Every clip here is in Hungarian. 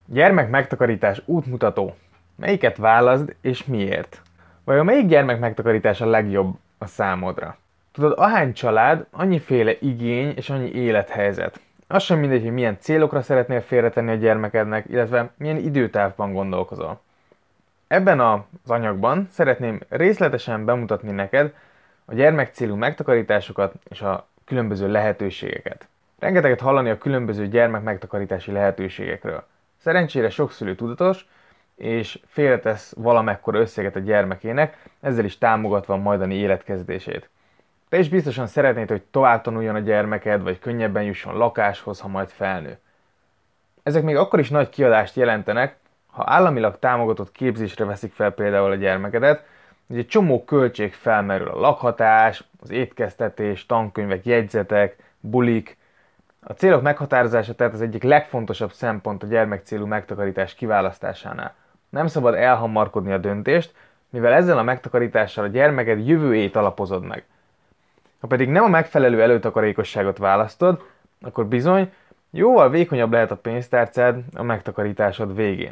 Gyermek megtakarítás útmutató. Melyiket válaszd és miért? Vajon melyik gyermek megtakarítás a legjobb a számodra? Tudod, ahány család, annyiféle igény és annyi élethelyzet. Az sem mindegy, hogy milyen célokra szeretnél félretenni a gyermekednek, illetve milyen időtávban gondolkozol. Ebben az anyagban szeretném részletesen bemutatni neked a gyermekcélú megtakarításokat és a különböző lehetőségeket. Rengeteget hallani a különböző gyermek megtakarítási lehetőségekről. Szerencsére sok szülő tudatos, és félretesz valamekkora összeget a gyermekének, ezzel is támogatva a majdani életkezdését. Te is biztosan szeretnéd, hogy tovább tanuljon a gyermeked, vagy könnyebben jusson lakáshoz, ha majd felnő. Ezek még akkor is nagy kiadást jelentenek, ha államilag támogatott képzésre veszik fel például a gyermekedet, hogy egy csomó költség felmerül: a lakhatás, az étkeztetés, tankönyvek, jegyzetek, bulik. A célok meghatározása tehát az egyik legfontosabb szempont a gyermekcélú megtakarítás kiválasztásánál. Nem szabad elhamarkodni a döntést, mivel ezzel a megtakarítással a gyermeked jövőjét alapozod meg. Ha pedig nem a megfelelő előtakarékosságot választod, akkor bizony jóval vékonyabb lehet a pénztárcád a megtakarításod végén.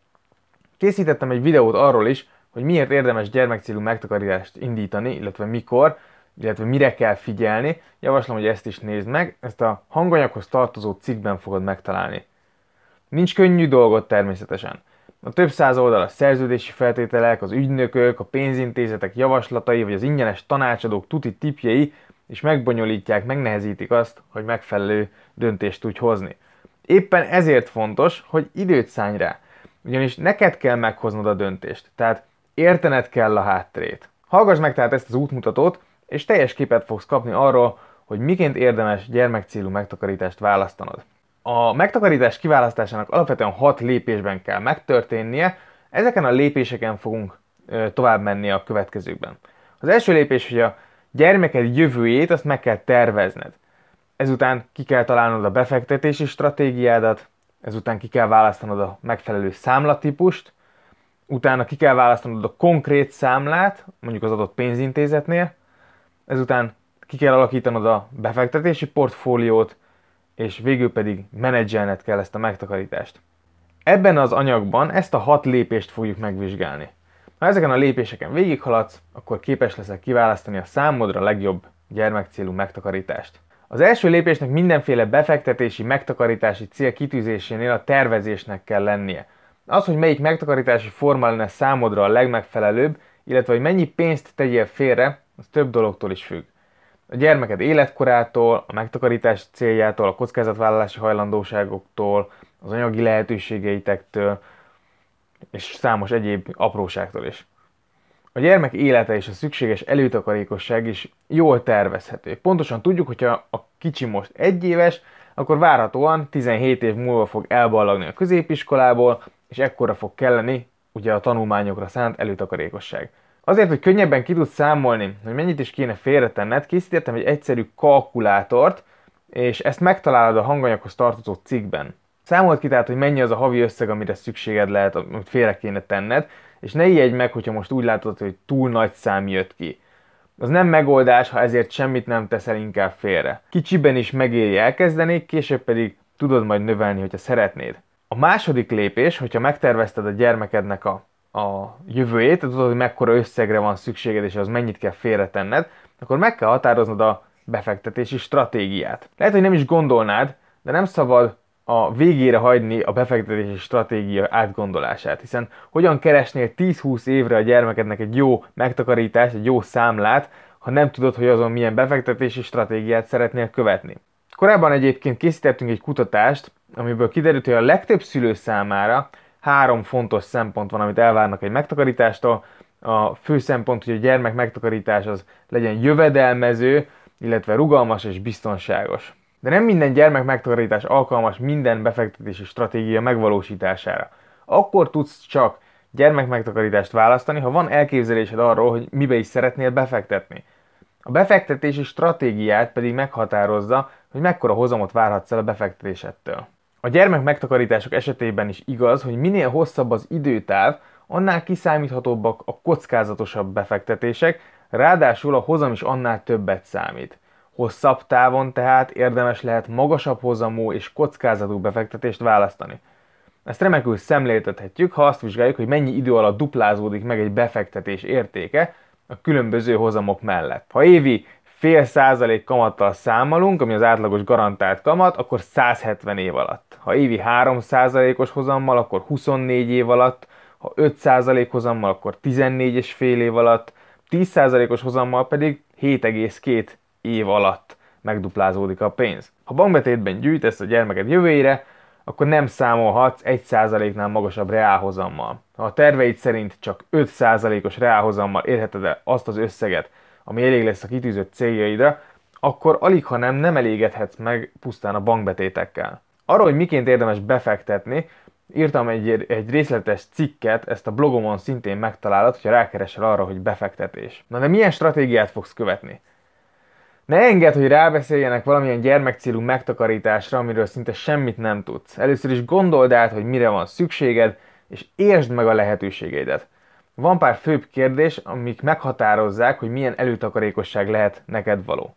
Készítettem egy videót arról is, hogy miért érdemes gyermekcélú megtakarítást indítani, illetve mikor, illetve mire kell figyelni. Javaslom, hogy ezt is nézd meg, ezt a hanganyaghoz tartozó cikkben fogod megtalálni. Nincs könnyű dolgot természetesen. A több száz oldalas szerződési feltételek, az ügynökök, a pénzintézetek javaslatai vagy az ingyenes tanácsadók tuti tippjei is megbonyolítják, megnehezítik azt, hogy megfelelő döntést tudj hozni. Éppen ezért fontos, hogy időt szállj rá, ugyanis neked kell meghoznod a döntést, tehát értened kell a hátterét. Hallgass meg tehát ezt az útmutatót, és teljes képet fogsz kapni arról, hogy miként érdemes gyermekcélú megtakarítást választanod. A megtakarítás kiválasztásának alapvetően 6 lépésben kell megtörténnie, ezeken a lépéseken fogunk tovább menni a következőkben. Az első lépés, hogy a gyermeked jövőjét azt meg kell tervezned. Ezután ki kell találnod a befektetési stratégiádat, ezután ki kell választanod a megfelelő számlatípust, utána ki kell választanod a konkrét számlát, mondjuk az adott pénzintézetnél, ezután ki kell alakítanod a befektetési portfóliót, és végül pedig menedzselned kell ezt a megtakarítást. Ebben az anyagban ezt a 6 lépést fogjuk megvizsgálni. Ha ezeken a lépéseken végighaladsz, akkor képes leszel kiválasztani a számodra legjobb gyermekcélú megtakarítást. Az első lépésnek mindenféle befektetési, megtakarítási cél kitűzésénél a tervezésnek kell lennie. Az, hogy melyik megtakarítási forma lenne számodra a legmegfelelőbb, illetve hogy mennyi pénzt tegyél félre, az több dologtól is függ. A gyermeked életkorától, a megtakarítás céljától, a kockázatvállalási hajlandóságoktól, az anyagi lehetőségeitektől, és számos egyéb apróságtól is. A gyermek élete és a szükséges előtakarékosság is jól tervezhető. Pontosan tudjuk, hogyha a kicsi most 1 éves, akkor várhatóan 17 év múlva fog elballagni a középiskolából, és ekkora fog kelleni ugye a tanulmányokra szánt előtakarékosság. Azért, hogy könnyebben ki tudsz számolni, hogy mennyit is kéne félretenned, készítettem egy egyszerű kalkulátort, és ezt megtalálod a hanganyaghoz tartozó cikkben. Számold ki tehát, hogy mennyi az a havi összeg, amire szükséged lehet, amit félre kéne tenned, és ne ijedj meg, hogyha most úgy látod, hogy túl nagy szám jött ki. Az nem megoldás, ha ezért semmit nem teszel inkább félre. Kicsiben is megéri elkezdeni, később pedig tudod majd növelni, hogyha szeretnéd. A második lépés, hogyha megtervezted a gyermekednek a jövőjét, tudod, hogy mekkora összegre van szükséged, és az mennyit kell félretenned, akkor meg kell határoznod a befektetési stratégiát. Lehet, hogy nem is gondolnád, de nem szabad a végére hagyni a befektetési stratégia átgondolását, hiszen hogyan keresnél 10-20 évre a gyermekednek egy jó megtakarítást, egy jó számlát, ha nem tudod, hogy azon milyen befektetési stratégiát szeretnél követni. Korábban egyébként készítettünk egy kutatást, amiből kiderült, hogy a legtöbb szülő számára 3 fontos szempont van, amit elvárnak egy megtakarítástól. A fő szempont, hogy a gyermek megtakarítás az legyen jövedelmező, illetve rugalmas és biztonságos. De nem minden gyermek megtakarítás alkalmas minden befektetési stratégia megvalósítására. Akkor tudsz csak gyermekmegtakarítást választani, ha van elképzelésed arról, hogy mibe is szeretnél befektetni. A befektetési stratégiát pedig meghatározza, hogy mekkora hozamot várhatsz el a befektetésettől. A gyermekmegtakarítások esetében is igaz, hogy minél hosszabb az időtáv, annál kiszámíthatóbbak a kockázatosabb befektetések, ráadásul a hozam is annál többet számít. Hosszabb távon tehát érdemes lehet magasabb hozamú és kockázatú befektetést választani. Ezt remekül szemléltethetjük, ha azt vizsgáljuk, hogy mennyi idő alatt duplázódik meg egy befektetés értéke a különböző hozamok mellett. Ha évi 0,5% kamattal számolunk, ami az átlagos garantált kamat, akkor 170 év alatt. Ha évi 3%-os hozammal, akkor 24 év alatt, ha 5% hozammal, akkor 14,5 év alatt, 10%-os hozammal pedig 7,2 év alatt megduplázódik a pénz. Ha bankbetétben gyűjtesz a gyermeked jövőjére, akkor nem számolhatsz 1%-nál magasabb reálhozammal. Ha a terveid szerint csak 5%-os reálhozammal érheted el azt az összeget, ami elég lesz a kitűzött céljaidra, akkor aligha nem elégedhetsz meg pusztán a bankbetétekkel. Arról, hogy miként érdemes befektetni, írtam egy részletes cikket, ezt a blogomon szintén megtalálod, hogyha rákeresel arra, hogy befektetés. Na de milyen stratégiát fogsz követni? Ne engedd, hogy rábeszéljenek valamilyen gyermekcélú megtakarításra, amiről szinte semmit nem tudsz. Először is gondold át, hogy mire van szükséged, és értsd meg a lehetőségeidet. Van pár főbb kérdés, amik meghatározzák, hogy milyen előtakarékosság lehet neked való.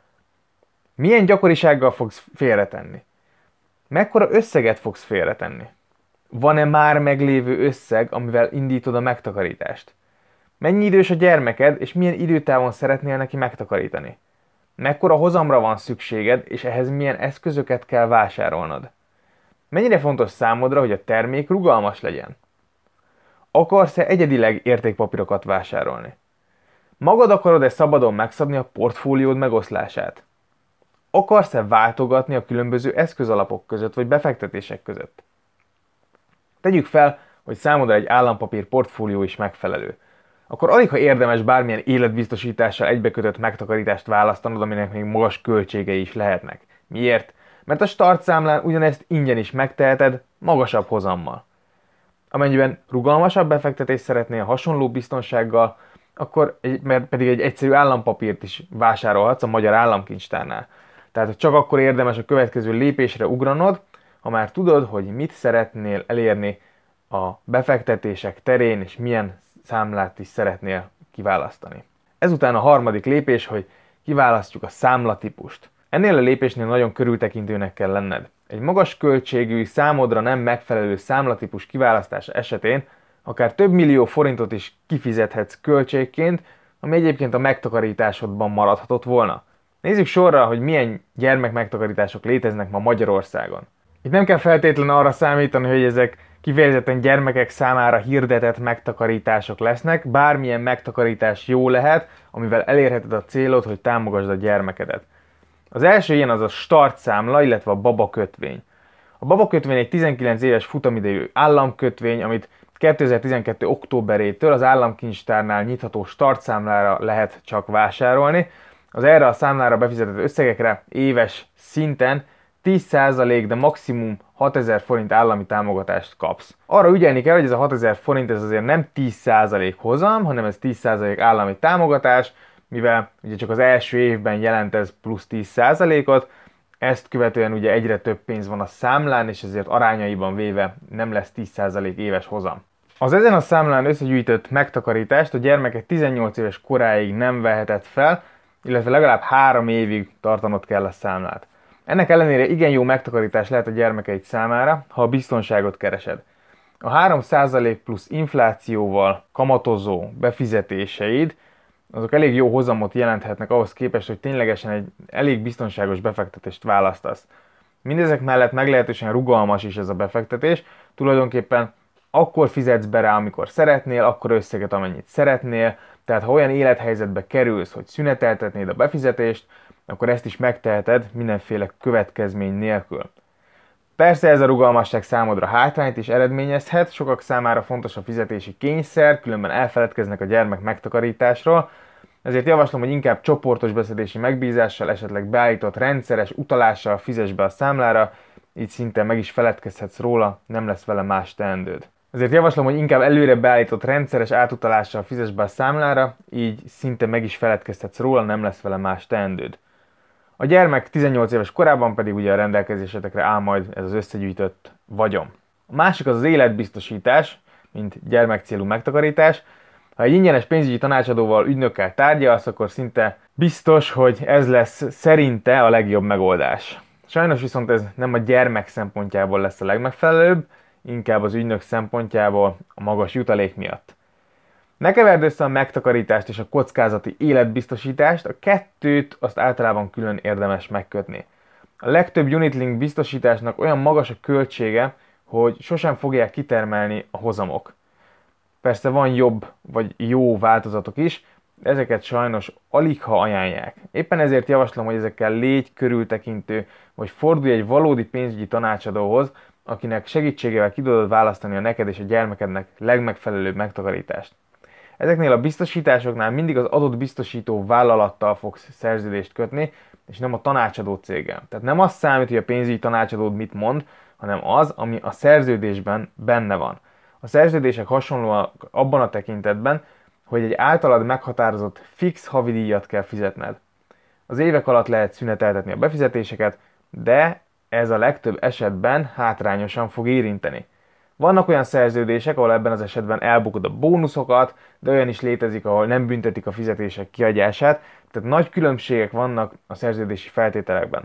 Milyen gyakorisággal fogsz félretenni? Mekkora összeget fogsz félretenni? Van-e már meglévő összeg, amivel indítod a megtakarítást? Mennyi idős a gyermeked, és milyen időtávon szeretnél neki megtakarítani? Mekkora hozamra van szükséged, és ehhez milyen eszközöket kell vásárolnod? Mennyire fontos számodra, hogy a termék rugalmas legyen? Akarsz-e egyedileg értékpapírokat vásárolni? Magad akarod-e szabadon megszabni a portfóliód megoszlását? Akarsz-e váltogatni a különböző eszközalapok között, vagy befektetések között? Tegyük fel, hogy számodra egy állampapír portfólió is megfelelő. Akkor alig, ha érdemes bármilyen életbiztosítással egybekötött megtakarítást választanod, aminek még magas költségei is lehetnek. Miért? Mert a startszámlán ugyanezt ingyen is megteheted, magasabb hozammal. Amennyiben rugalmasabb befektetést szeretnél hasonló biztonsággal, akkor pedig egy egyszerű állampapírt is vásárolhatsz a Magyar Államkincstárnál. Tehát csak akkor érdemes a következő lépésre ugranod, ha már tudod, hogy mit szeretnél elérni a befektetések terén, és milyen számlát is szeretnél kiválasztani. Ezután a harmadik lépés, hogy kiválasztjuk a számlatípust. Ennél a lépésnél nagyon körültekintőnek kell lenned. Egy magas költségű, számodra nem megfelelő számlatípus kiválasztása esetén akár több millió forintot is kifizethetsz költségként, ami egyébként a megtakarításodban maradhatott volna. Nézzük sorra, hogy milyen gyermekmegtakarítások léteznek ma Magyarországon. Itt nem kell feltétlenül arra számítani, hogy ezek kifejezetten gyermekek számára hirdetett megtakarítások lesznek, bármilyen megtakarítás jó lehet, amivel elérheted a célod, hogy támogasd a gyermekedet. Az első ilyen az a startszámla, illetve a babakötvény. A babakötvény egy 19 éves futamidejű államkötvény, amit 2012. októberétől az államkincstárnál nyitható startszámlára lehet csak vásárolni. Az erre a számlára befizetett összegekre éves szinten 10%, de maximum 6000 forint állami támogatást kapsz. Arra ügyelni kell, hogy ez a 6000 forint ez azért nem 10% hozam, hanem ez 10% állami támogatás, mivel ugye csak az első évben jelent ez plusz 10%-ot, ezt követően ugye egyre több pénz van a számlán, és ezért arányaiban véve nem lesz 10% éves hozam. Az ezen a számlán összegyűjtött megtakarítást a gyermekek 18 éves koráig nem vehetett fel, illetve legalább 3 évig tartanod kell a számlát. Ennek ellenére igen jó megtakarítás lehet a gyermekeid számára, ha a biztonságot keresed. A 3% plusz inflációval kamatozó befizetéseid, azok elég jó hozamot jelenthetnek ahhoz képest, hogy ténylegesen egy elég biztonságos befektetést választasz. Mindezek mellett meglehetősen rugalmas is ez a befektetés, tulajdonképpen akkor fizetsz be rá, amikor szeretnél, akkor összeget, amennyit szeretnél, tehát ha olyan élethelyzetbe kerülsz, hogy szüneteltetnéd a befizetést, akkor ezt is megteheted mindenféle következmény nélkül. Persze ez a rugalmasság számodra hátrányt is eredményezhet, sokak számára fontos a fizetési kényszer, különben elfeledkeznek a gyermek megtakarításról, ezért javaslom, hogy inkább csoportos beszedési megbízással, esetleg beállított rendszeres utalással fizess be a számlára, így szinte meg is feledkezhetsz róla, nem lesz vele más teendőd. Ezért javaslom, hogy inkább előre beállított rendszeres átutalással fizess be a számlára, így szinte meg is feledkezhetsz róla, nem lesz vele más teendőd. A gyermek 18 éves korában pedig ugye a rendelkezésetekre áll majd ez az összegyűjtött vagyon. A másik az az életbiztosítás, mint gyermekcélú megtakarítás. Ha egy ingyenes pénzügyi tanácsadóval, ügynökkel tárgyalsz, akkor szinte biztos, hogy ez lesz szerinte a legjobb megoldás. Sajnos viszont ez nem a gyermek szempontjából lesz a legmegfelelőbb, inkább az ügynök szempontjából a magas jutalék miatt. Ne keverd össze a megtakarítást és a kockázati életbiztosítást, a kettőt azt általában külön érdemes megkötni. A legtöbb unitlink biztosításnak olyan magas a költsége, hogy sosem fogják kitermelni a hozamok. Persze van jobb vagy jó változatok is, de ezeket sajnos aligha ajánlják. Éppen ezért javaslom, hogy ezekkel légy körültekintő, vagy fordulj egy valódi pénzügyi tanácsadóhoz, akinek segítségével ki tudod választani a neked és a gyermekednek legmegfelelőbb megtakarítást. Ezeknél a biztosításoknál mindig az adott biztosító vállalattal fogsz szerződést kötni, és nem a tanácsadó céggel. Tehát nem az számít, hogy a pénzügyi tanácsadód mit mond, hanem az, ami a szerződésben benne van. A szerződések hasonlóak abban a tekintetben, hogy egy általad meghatározott fix havidíjat kell fizetned. Az évek alatt lehet szüneteltetni a befizetéseket, de ez a legtöbb esetben hátrányosan fog érinteni. Vannak olyan szerződések, ahol ebben az esetben elbukod a bónuszokat, de olyan is létezik, ahol nem büntetik a fizetések kiadását, tehát nagy különbségek vannak a szerződési feltételekben.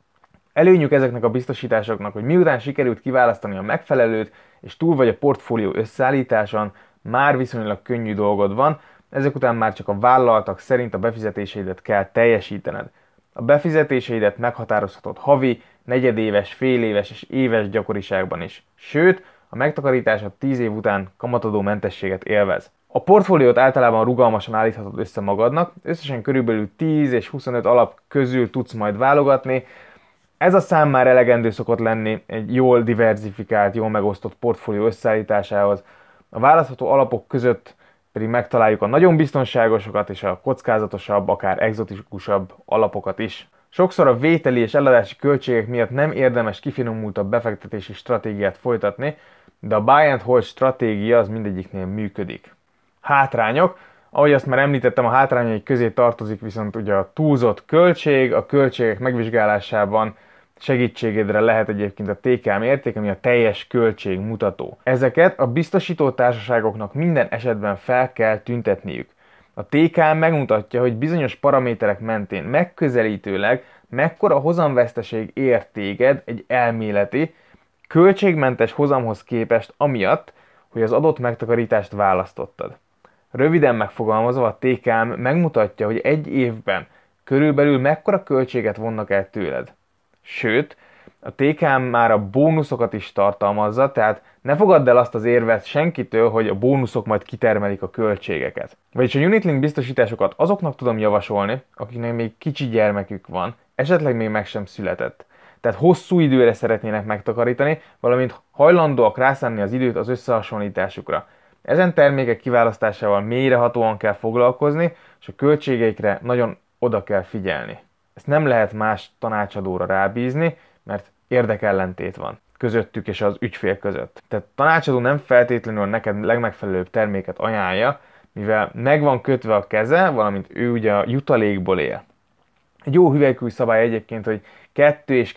Előnyük ezeknek a biztosításoknak, hogy miután sikerült kiválasztani a megfelelőt, és túl vagy a portfólió összeállításon, már viszonylag könnyű dolgod van, ezek után már csak a vállaltak szerint a befizetéseidet kell teljesítened. A befizetéseidet meghatározhatod havi, negyedéves, féléves és éves gyakoriságban is. Sőt, a megtakarításod 10 év után kamatadó mentességet élvez. A portfóliót általában rugalmasan állíthatod össze magadnak, összesen körülbelül 10 és 25 alap közül tudsz majd válogatni. Ez a szám már elegendő szokott lenni egy jól diversifikált, jól megosztott portfólió összeállításához. A választható alapok között pedig megtaláljuk a nagyon biztonságosokat és a kockázatosabb, akár egzotikusabb alapokat is. Sokszor a vételi és eladási költségek miatt nem érdemes kifinomultabb befektetési stratégiát folytatni, de a buy and hold stratégia az mindegyiknél működik. Hátrányok. Ahogy azt már említettem, a hátrányai közé tartozik viszont ugye a túlzott költség, a költségek megvizsgálásában segítségedre lehet egyébként a TKM érték, ami a teljes költség mutató. Ezeket a biztosító társaságoknak minden esetben fel kell tüntetniük. A TKM megmutatja, hogy bizonyos paraméterek mentén megközelítőleg mekkora hozamveszteség ér téged egy elméleti, költségmentes hozamhoz képest amiatt, hogy az adott megtakarítást választottad. Röviden megfogalmazva a TKM megmutatja, hogy egy évben körülbelül mekkora költséget vonnak el tőled. Sőt, a TKM már a bónuszokat is tartalmazza, tehát ne fogadd el azt az érvet senkitől, hogy a bónuszok majd kitermelik a költségeket. Vagyis a unitlink biztosításokat azoknak tudom javasolni, akiknek még kicsi gyermekük van, esetleg még meg sem született. Tehát hosszú időre szeretnének megtakarítani, valamint hajlandóak rászánni az időt az összehasonlításukra. Ezen termékek kiválasztásával mélyrehatóan kell foglalkozni, és a költségeikre nagyon oda kell figyelni. Ezt nem lehet más tanácsadóra rábízni, mert érdekellentét van közöttük és az ügyfél között. Tehát a tanácsadó nem feltétlenül neked legmegfelelőbb terméket ajánlja, mivel meg van kötve a keze, valamint ő ugye a jutalékból él. Egy jó hüvelykúj szabály egyébként, hogy 2 és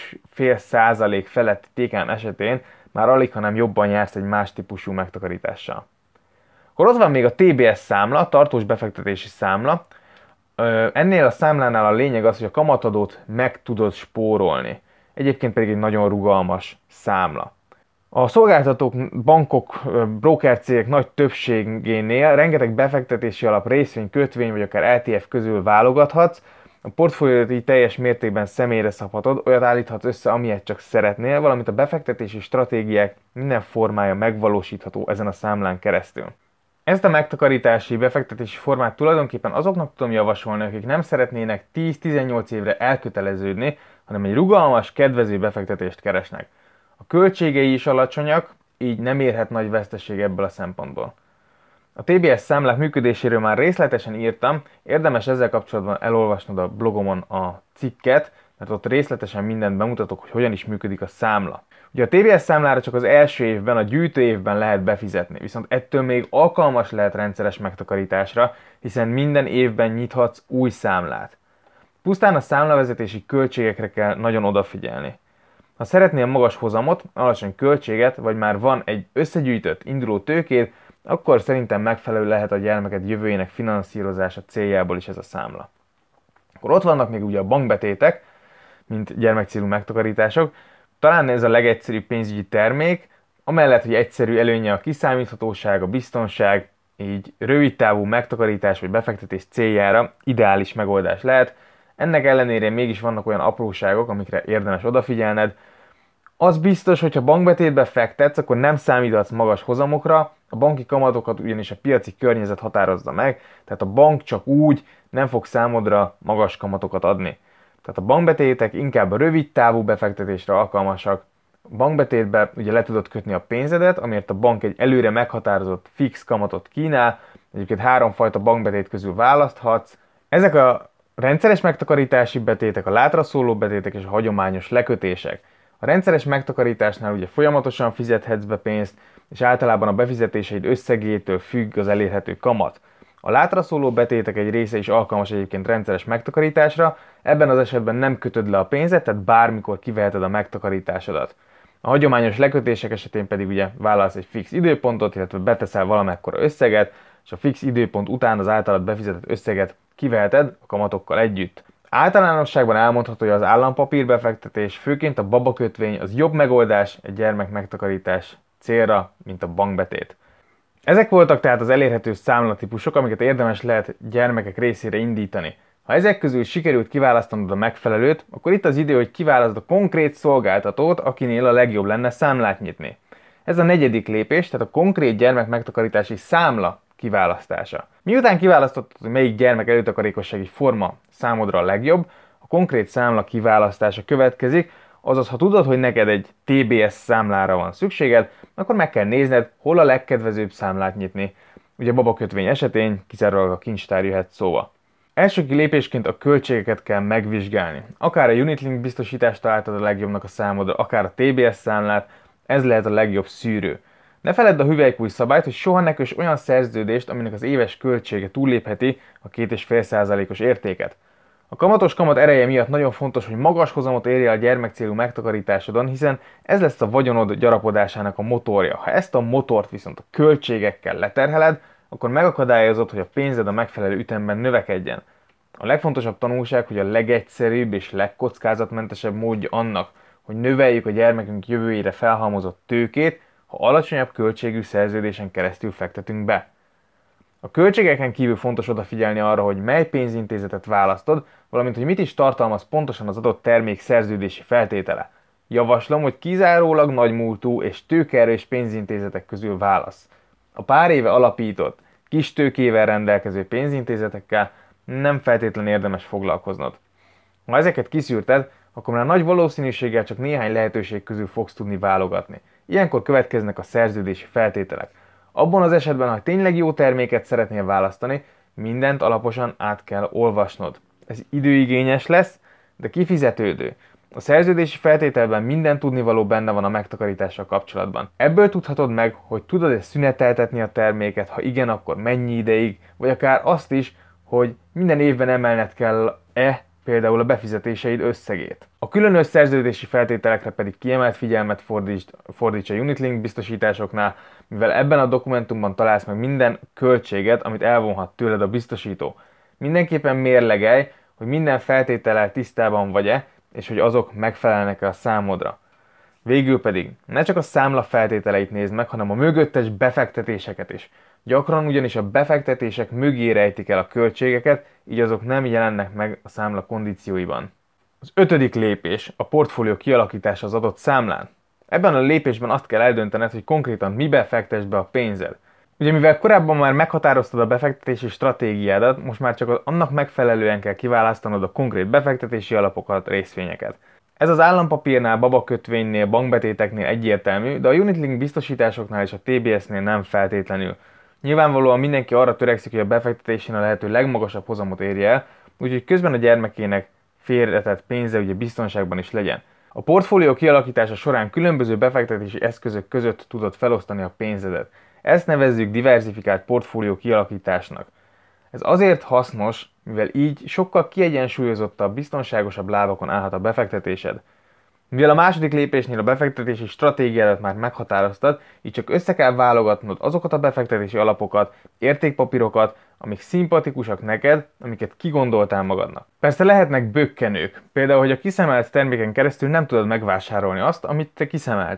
2,5% feletti TKM esetén már alig, hanem jobban jársz egy más típusú megtakarítással. Akkor ott van még a TBS számla, tartós befektetési számla. Ennél a számlánál a lényeg az, hogy a kamatadót meg tudod spórolni. Egyébként pedig egy nagyon rugalmas számla. A szolgáltatók, bankok, brokercégek nagy többségénél rengeteg befektetési alap, részvény, kötvény vagy akár ETF közül válogathatsz. A portfóliót így teljes mértékben személyre szabhatod, olyat állíthatsz össze, amilyet csak szeretnél, valamint a befektetési stratégiák minden formája megvalósítható ezen a számlán keresztül. Ezt a megtakarítási, befektetési formát tulajdonképpen azoknak tudom javasolni, akik nem szeretnének 10-18 évre elköteleződni, hanem egy rugalmas, kedvező befektetést keresnek. A költségei is alacsonyak, így nem érhet nagy veszteség ebből a szempontból. A TBS számlák működéséről már részletesen írtam, érdemes ezzel kapcsolatban elolvasnod a blogomon a cikket, mert ott részletesen mindent bemutatok, hogy hogyan is működik a számla. Ugye a TBS számlára csak az első évben, a gyűjtő évben lehet befizetni, viszont ettől még alkalmas lehet rendszeres megtakarításra, hiszen minden évben nyithatsz új számlát. Pusztán a számlavezetési költségekre kell nagyon odafigyelni. Ha szeretnél magas hozamot, alacsony költséget, vagy már van egy összegyűjtött induló tőkéd, akkor szerintem megfelelő lehet a gyermeked jövőjének finanszírozása céljából is ez a számla. Akkor ott vannak még ugye a bankbetétek, mint gyermekcélú megtakarítások. Talán ez a legegyszerűbb pénzügyi termék, Amellett, hogy egyszerű előnye a kiszámíthatóság, a biztonság, így rövidtávú megtakarítás vagy befektetés céljára ideális megoldás lehet. Ennek ellenére mégis vannak olyan apróságok, amikre érdemes odafigyelned. Az biztos, hogy ha bankbetétbe fektetsz, akkor nem számíthatsz magas hozamokra, a banki kamatokat ugyanis a piaci környezet határozza meg, tehát a bank csak úgy nem fog számodra magas kamatokat adni. Tehát a bankbetétek inkább a rövid távú befektetésre alkalmasak. A bankbetétbe ugye le tudod kötni a pénzedet, amiért a bank egy előre meghatározott fix kamatot kínál, egyébként 3 fajta bankbetét közül választhatsz. Ezek a rendszeres megtakarítási betétek, a látra szóló betétek és a hagyományos lekötések. A rendszeres megtakarításnál ugye folyamatosan fizethetsz be pénzt, és általában a befizetéseid összegétől függ az elérhető kamat. A látraszóló betétek egy része is alkalmas egyébként rendszeres megtakarításra, ebben az esetben nem kötöd le a pénzet, tehát bármikor kiveheted a megtakarításodat. A hagyományos lekötések esetén pedig ugye vállalsz egy fix időpontot, illetve beteszel valamekkora összeget, és a fix időpont után az általad befizetett összeget kiveheted a kamatokkal együtt. Általánosságban elmondható, hogy az állampapír befektetés, főként a babakötvény az jobb megoldás egy gyermek megtakarítás célra, mint a bankbetét. Ezek voltak tehát az elérhető számlatípusok, amiket érdemes lehet gyermekek részére indítani. Ha ezek közül sikerült kiválasztanod a megfelelőt, akkor itt az idő, hogy kiválaszd a konkrét szolgáltatót, akinél a legjobb lenne számlát nyitni. Ez a 4. lépés, tehát a konkrét gyermek megtakarítási számla kiválasztása. Miután kiválasztottad, hogy melyik gyermek előtakarékossági forma számodra a legjobb, a konkrét számla kiválasztása következik, azaz ha tudod, hogy neked egy TBS számlára van szükséged, akkor meg kell nézned, hol a legkedvezőbb számlát nyitni. Ugye babakötvény esetén kizárólag a kincstár jöhet szóba. Első lépésként a költségeket kell megvizsgálni. Akár a Unitlink biztosítást találtad a legjobbnak a számodra, akár a TBS számlát, ez lehet a legjobb szűrő. Ne feledd a hüvelykúj szabályt, hogy soha ne köss olyan szerződést, aminek az éves költsége túllépheti a 2,5%-os értéket. A kamatos kamat ereje miatt nagyon fontos, hogy magas hozamot érje a gyermekcélú megtakarításodon, hiszen ez lesz a vagyonod gyarapodásának a motorja. Ha ezt a motort viszont a költségekkel leterheled, akkor megakadályozod, hogy a pénzed a megfelelő ütemben növekedjen. A legfontosabb tanulság, hogy a legegyszerűbb és legkockázatmentesebb módja annak, hogy növeljük a gyermekünk jövőjére felhalmozott tőkét, ha alacsonyabb költségű szerződésen keresztül fektetünk be. A költségeken kívül fontos odafigyelni arra, hogy mely pénzintézetet választod, valamint hogy mit is tartalmaz pontosan az adott termék szerződési feltétele. Javaslom, hogy kizárólag nagymúltú és tőkeerős pénzintézetek közül válasz. A pár éve alapított, kis tőkével rendelkező pénzintézetekkel nem feltétlenül érdemes foglalkoznod. Ha ezeket kiszűrted, akkor már nagy valószínűséggel csak néhány lehetőség közül fogsz tudni válogatni. Ilyenkor következnek a szerződési feltételek. Abban az esetben, ha tényleg jó terméket szeretnél választani, mindent alaposan át kell olvasnod. Ez időigényes lesz, de kifizetődő. A szerződési feltételben minden tudnivaló benne van a megtakarítással kapcsolatban. Ebből tudhatod meg, hogy tudod-e szüneteltetni a terméket, ha igen, akkor mennyi ideig, vagy akár azt is, hogy minden évben emelned kell-e például a befizetéseid összegét. A különös szerződési feltételekre pedig kiemelt figyelmet fordíts a Unitlink biztosításoknál, mivel ebben a dokumentumban találsz meg minden költséget, amit elvonhat tőled a biztosító. Mindenképpen mérlegelj, hogy minden feltétellel tisztában vagy-e, és hogy azok megfelelnek-e a számodra. Végül pedig ne csak a számla feltételeit nézd meg, hanem a mögöttes befektetéseket is. Gyakran ugyanis a befektetések mögé rejtik el a költségeket, így azok nem jelennek meg a számla kondícióiban. Az 5. lépés a portfólió kialakítása az adott számlán. Ebben a lépésben azt kell eldöntened, hogy konkrétan mibe fektesd be a pénzed. Ugye mivel korábban már meghatároztad a befektetési stratégiádat, most már csak annak megfelelően kell kiválasztanod a konkrét befektetési alapokat, részvényeket. Ez az állampapírnál, babakötvénynél, bankbetéteknél egyértelmű, de a Unitlink biztosításoknál és a TBS-nél nem feltétlenül. Nyilvánvalóan mindenki arra törekszik, hogy a befektetésén a lehető legmagasabb hozamot érje el, úgyhogy közben a gyermekének félretett pénze ugye biztonságban is legyen. A portfólió kialakítása során különböző befektetési eszközök között tudod felosztani a pénzedet. Ezt nevezzük diversifikált portfólió kialakításnak. Ez azért hasznos, mivel így sokkal kiegyensúlyozottabb, biztonságosabb lábakon állhat a befektetésed. Mivel a második lépésnél a befektetési stratégiádat már meghatároztad, így csak össze kell válogatnod azokat a befektetési alapokat, értékpapírokat, amik szimpatikusak neked, amiket kigondoltál magadnak. Persze lehetnek bökkenők, például, hogy a kiszemelt terméken keresztül nem tudod megvásárolni azt, amit te kiszemeltél.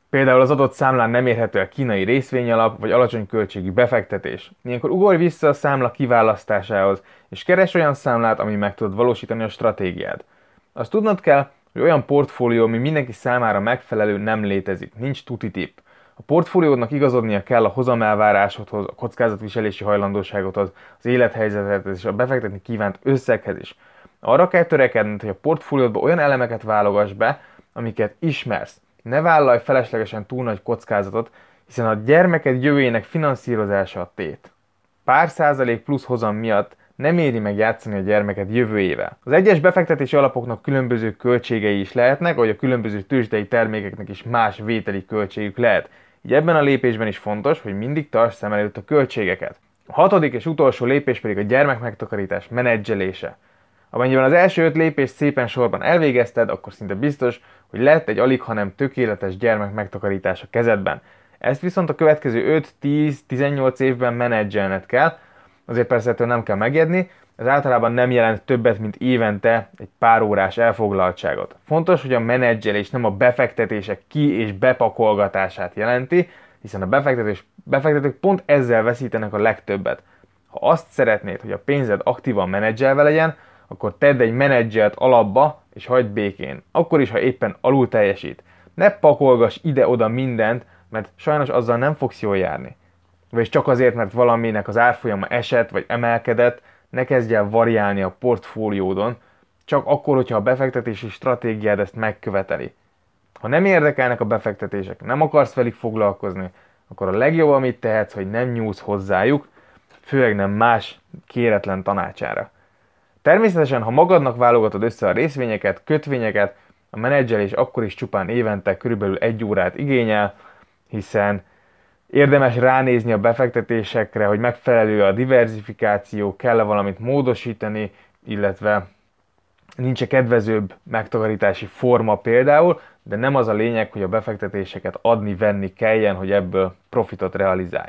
Például az adott számlán nem érhető el kínai részvényalap, vagy alacsony költségű befektetés. Ilyenkor ugorj vissza a számla kiválasztásához, és keres olyan számlát, ami meg tudod valósítani a stratégiád. Azt tudnod kell, hogy olyan portfólió, ami mindenki számára megfelelő, nem létezik, nincs tuti tipp. A portfóliódnak igazodnia kell a hozamelvárásodhoz, a kockázatviselési hajlandóságodhoz, az élethelyzetedhez és a befektetni kívánt összeghez is. Arra kell törekedned, hogy a portfóliódba olyan elemeket válogass be, amiket ismersz. Ne vállalj feleslegesen túl nagy kockázatot, hiszen a gyermeked jövőjének finanszírozása a tét. Pár százalék plusz hozam miatt nem éri meg játszani a gyermeked jövőjével. Az egyes befektetési alapoknak különböző költségei is lehetnek, vagy a különböző tőzsdei termékeknek is más vételi költségük lehet. Így ebben a lépésben is fontos, hogy mindig tarts szem előtt a költségeket. A hatodik és utolsó lépés pedig a gyermekmegtakarítás menedzselése. Amennyiben az első 5 lépést szépen sorban elvégezted, akkor szinte biztos, hogy lett egy alig, hanem tökéletes gyermekmegtakarítás a kezedben. Ezt viszont a következő 5-10-18 évben menedzselned kell, azért persze ettől nem kell megijedni, ez általában nem jelent többet, mint évente egy pár órás elfoglaltságot. Fontos, hogy a menedzselés nem a befektetések ki- és bepakolgatását jelenti, hiszen a befektetők pont ezzel veszítenek a legtöbbet. Ha azt szeretnéd, hogy a pénzed aktívan menedzselve legyen, akkor tedd egy menedzselt alapba, és hagyd békén. Akkor is, ha éppen alul teljesít. Ne pakolgass ide-oda mindent, mert sajnos azzal nem fogsz jól járni. Vagy csak azért, mert valaminek az árfolyama esett, vagy emelkedett, ne kezdj el variálni a portfóliódon, csak akkor, hogyha a befektetési stratégiád ezt megköveteli. Ha nem érdekelnek a befektetések, nem akarsz velük foglalkozni, akkor a legjobb, amit tehetsz, hogy nem nyúlsz hozzájuk, főleg nem más kéretlen tanácsára. Természetesen, ha magadnak válogatod össze a részvényeket, kötvényeket, a menedzselés akkor is csupán évente körülbelül 1 órát igényel, hiszen érdemes ránézni a befektetésekre, hogy megfelelő a diversifikáció, kell-e valamit módosítani, illetve nincs-e kedvezőbb megtakarítási forma például, de nem az a lényeg, hogy a befektetéseket adni-venni kelljen, hogy ebből profitot realizálj.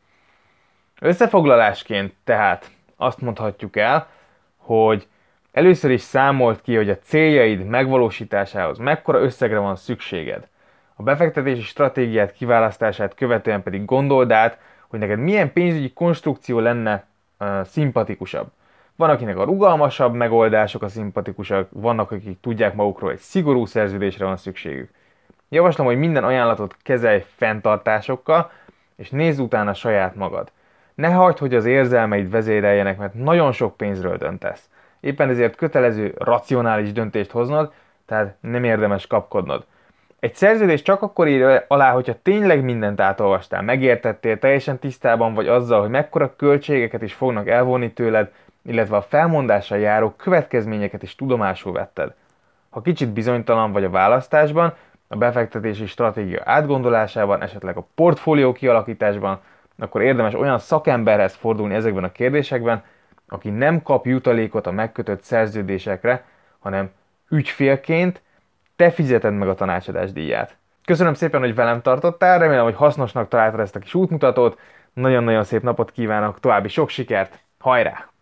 Összefoglalásként tehát azt mondhatjuk el, hogy először is számold ki, hogy a céljaid megvalósításához mekkora összegre van szükséged. A befektetési stratégiát kiválasztását követően pedig gondold át, hogy neked milyen pénzügyi konstrukció lenne szimpatikusabb. Van, akinek a rugalmasabb megoldások a szimpatikusak, vannak, akik tudják magukról, hogy szigorú szerződésre van szükségük. Javaslom, hogy minden ajánlatot kezelj fenntartásokkal, és nézz utána saját magad. Ne hagyd, hogy az érzelmeid vezéreljenek, mert nagyon sok pénzről döntesz. Éppen ezért kötelező, racionális döntést hoznod, tehát nem érdemes kapkodnod. Egy szerződést csak akkor írj alá, hogyha tényleg mindent átolvastál, megértettél, teljesen tisztában vagy azzal, hogy mekkora költségeket is fognak elvonni tőled, illetve a felmondással járó következményeket is tudomásul vetted. Ha kicsit bizonytalan vagy a választásban, a befektetési stratégia átgondolásában, esetleg a portfólió kialakításban, akkor érdemes olyan szakemberhez fordulni ezekben a kérdésekben, aki nem kap jutalékot a megkötött szerződésekre, hanem ügyfélként te fizeted meg a tanácsadás díját. Köszönöm szépen, hogy velem tartottál, remélem, hogy hasznosnak találtad ezt a kis útmutatót. Nagyon-nagyon szép napot kívánok, további sok sikert, hajrá!